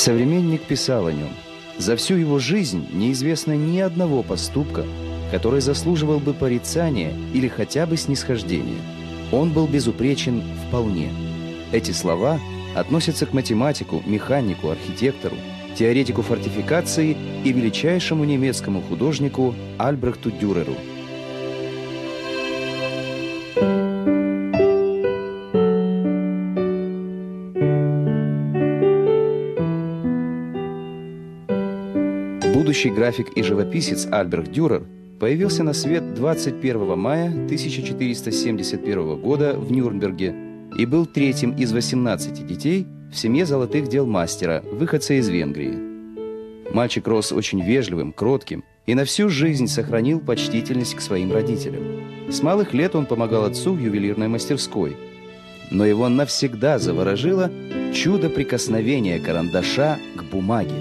Современник писал о нем: «За всю его жизнь неизвестно ни одного поступка, который заслуживал бы порицания или хотя бы снисхождения. Он был безупречен вполне». Эти слова относятся к математику, механику, архитектору, теоретику фортификации и величайшему немецкому художнику Альбрехту Дюреру. Будущий график и живописец Альбрехт Дюрер появился на свет 21 мая 1471 года в Нюрнберге и был третьим из 18 детей в семье золотых дел мастера, выходца из Венгрии. Мальчик рос очень вежливым, кротким и на всю жизнь сохранил почтительность к своим родителям. С малых лет он помогал отцу в ювелирной мастерской. Но его навсегда заворожило чудо прикосновения карандаша к бумаге.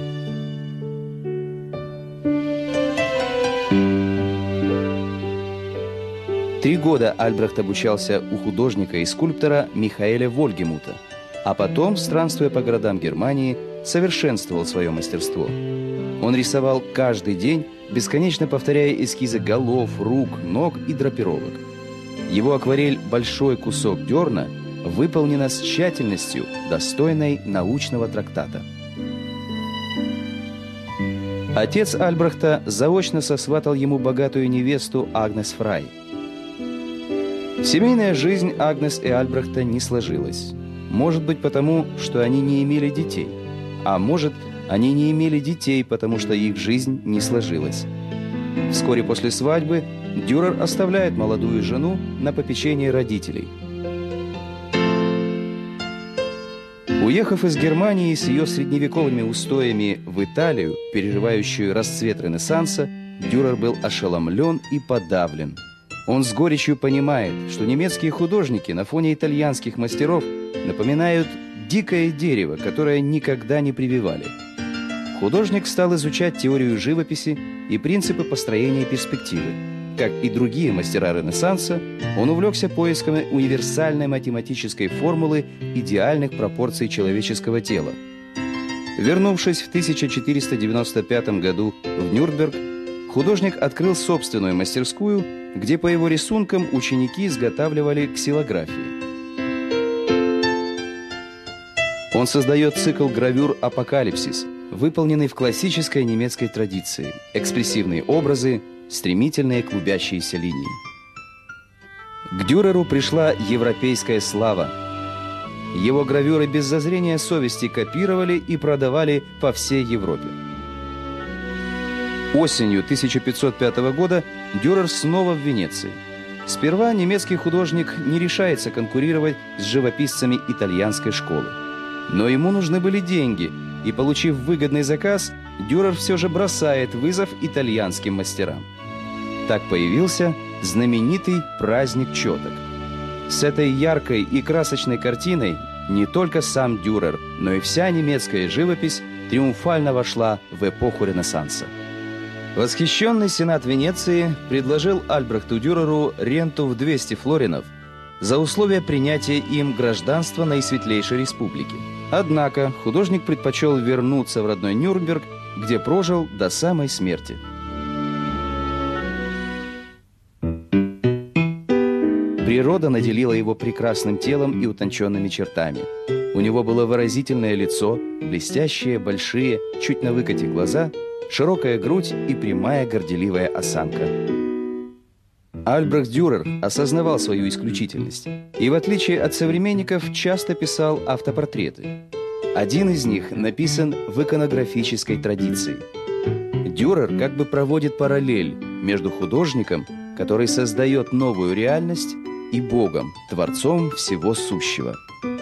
Три года Альбрехт обучался у художника и скульптора Михаэля Вольгемута, а потом, странствуя по городам Германии, совершенствовал свое мастерство. Он рисовал каждый день, бесконечно повторяя эскизы голов, рук, ног и драпировок. Его акварель «Большой кусок дерна» выполнена с тщательностью, достойной научного трактата. Отец Альбрехта заочно сосватал ему богатую невесту Агнес Фрай. Семейная жизнь Агнес и Альбрехта не сложилась. Может быть, потому, что они не имели детей. А может, они не имели детей, потому что их жизнь не сложилась. Вскоре после свадьбы Дюрер оставляет молодую жену на попечение родителей. Уехав из Германии с ее средневековыми устоями в Италию, переживающую расцвет Ренессанса, Дюрер был ошеломлен и подавлен. Он с горечью понимает, что немецкие художники на фоне итальянских мастеров напоминают дикое дерево, которое никогда не прививали. Художник стал изучать теорию живописи и принципы построения перспективы. Как и другие мастера Ренессанса, он увлекся поисками универсальной математической формулы идеальных пропорций человеческого тела. Вернувшись в 1495 году в Нюрнберг, художник открыл собственную мастерскую, где по его рисункам ученики изготавливали ксилографии. Он создает цикл гравюр «Апокалипсис», выполненный в классической немецкой традиции. Экспрессивные образы, стремительные клубящиеся линии. К Дюреру пришла европейская слава. Его гравюры без зазрения совести копировали и продавали по всей Европе. Осенью 1505 года Дюрер снова в Венеции. Сперва немецкий художник не решается конкурировать с живописцами итальянской школы. Но ему нужны были деньги, и, получив выгодный заказ, Дюрер все же бросает вызов итальянским мастерам. Так появился знаменитый праздник четок. С этой яркой и красочной картиной не только сам Дюрер, но и вся немецкая живопись триумфально вошла в эпоху Ренессанса. Восхищенный Сенат Венеции предложил Альбрехту Дюреру ренту в 200 флоринов за условие принятия им гражданства Наисветлейшей Республики. Однако художник предпочел вернуться в родной Нюрнберг, где прожил до самой смерти. Природа наделила его прекрасным телом и утонченными чертами. У него было выразительное лицо, блестящие, большие, чуть на выкате глаза, широкая грудь и прямая горделивая осанка. Альбрехт Дюрер осознавал свою исключительность и, в отличие от современников, часто писал автопортреты. Один из них написан в иконографической традиции. Дюрер как бы проводит параллель между художником, который создает новую реальность, и Богом, Творцом всего сущего.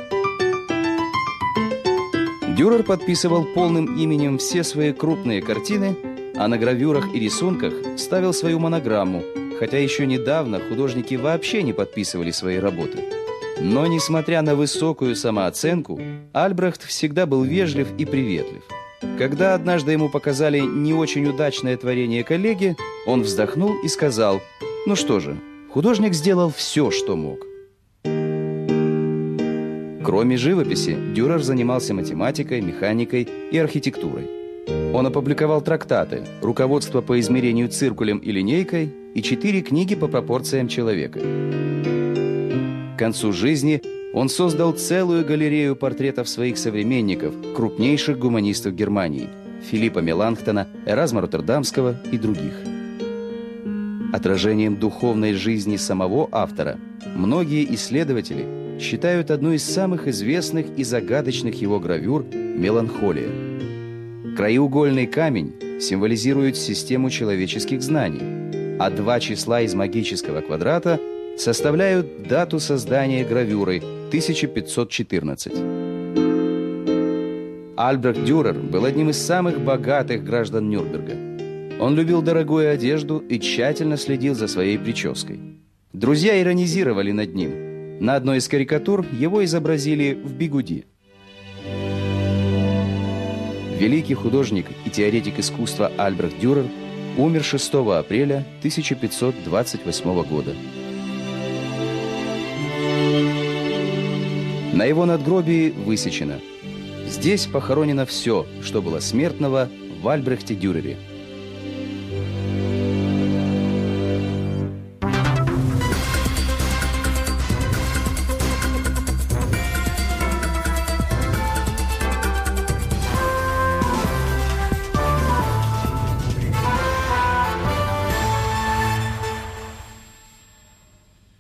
Дюрер подписывал полным именем все свои крупные картины, а на гравюрах и рисунках ставил свою монограмму, хотя еще недавно художники вообще не подписывали свои работы. Но, несмотря на высокую самооценку, Альбрехт всегда был вежлив и приветлив. Когда однажды ему показали не очень удачное творение коллеги, он вздохнул и сказал: «Ну что же, художник сделал все, что мог». Кроме живописи, Дюрер занимался математикой, механикой и архитектурой. Он опубликовал трактаты, руководство по измерению циркулем и линейкой и 4 книги по пропорциям человека. К концу жизни он создал целую галерею портретов своих современников, крупнейших гуманистов Германии – Филиппа Меланхтона, Эразма Роттердамского и других. Отражением духовной жизни самого автора многие исследователи считают одну из самых известных и загадочных его гравюр «Меланхолия». Краеугольный камень символизирует систему человеческих знаний, а 2 числа из магического квадрата составляют дату создания гравюры 1514. Альбрехт Дюрер был одним из самых богатых граждан Нюрнберга. Он любил дорогую одежду и тщательно следил за своей прической. Друзья иронизировали над ним. На одной из карикатур его изобразили в бигуди. Великий художник и теоретик искусства Альбрехт Дюрер умер 6 апреля 1528 года. На его надгробии высечено: «Здесь похоронено все, что было смертного в Альбрехте Дюрере».